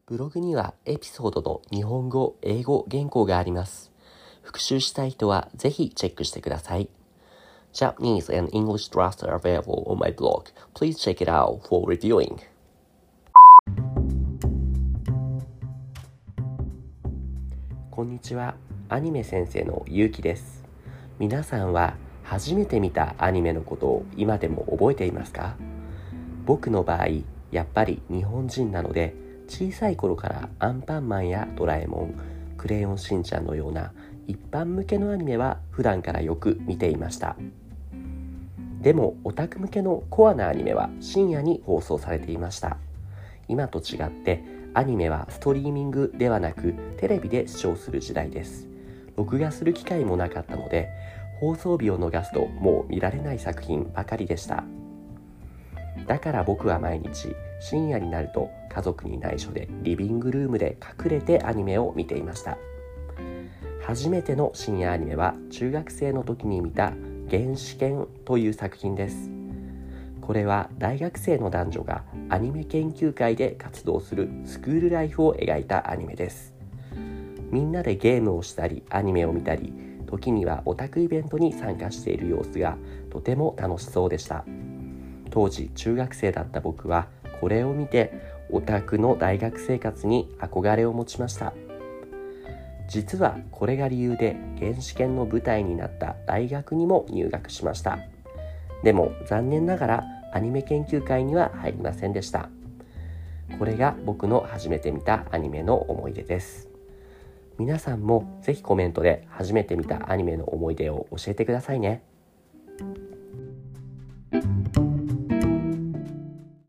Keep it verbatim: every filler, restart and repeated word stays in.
ブログにはエピソードの日本語、英語原稿があります。復習したい人はぜひチェックしてください。Japanese and English drafts are available on my blog. Please check it out for reviewing. こんにちは。アニメ先生のゆうきです。皆さんは初めて見たアニメのことを今でも覚えていますか？僕の場合、やっぱり日本人なので、小さい頃からアンパンマンやドラえもん、クレヨンしんちゃんのような一般向けのアニメは普段からよく見ていました。でもオタク向けのコアなアニメは深夜に放送されていました。今と違ってアニメはストリーミングではなくテレビで視聴する時代です。録画する機会もなかったので、放送日を逃すともう見られない作品ばかりでした。だから僕は毎日深夜になると家族に内緒でリビングルームで隠れてアニメを見ていました。初めての深夜アニメは中学生の時に見た原始圏という作品です。これは大学生の男女がアニメ研究会で活動するスクールライフを描いたアニメです。みんなでゲームをしたりアニメを見たり、時にはオタクイベントに参加している様子がとても楽しそうでした。当時中学生だった僕はこれを見てオタクの大学生活に憧れを持ちました。実はこれが理由で原始圏の舞台になった大学にも入学しました。でも残念ながらアニメ研究会には入りませんでした。これが僕の初めて見たアニメの思い出です。皆さんもぜひコメントで初めて見たアニメの思い出を教えてくださいね。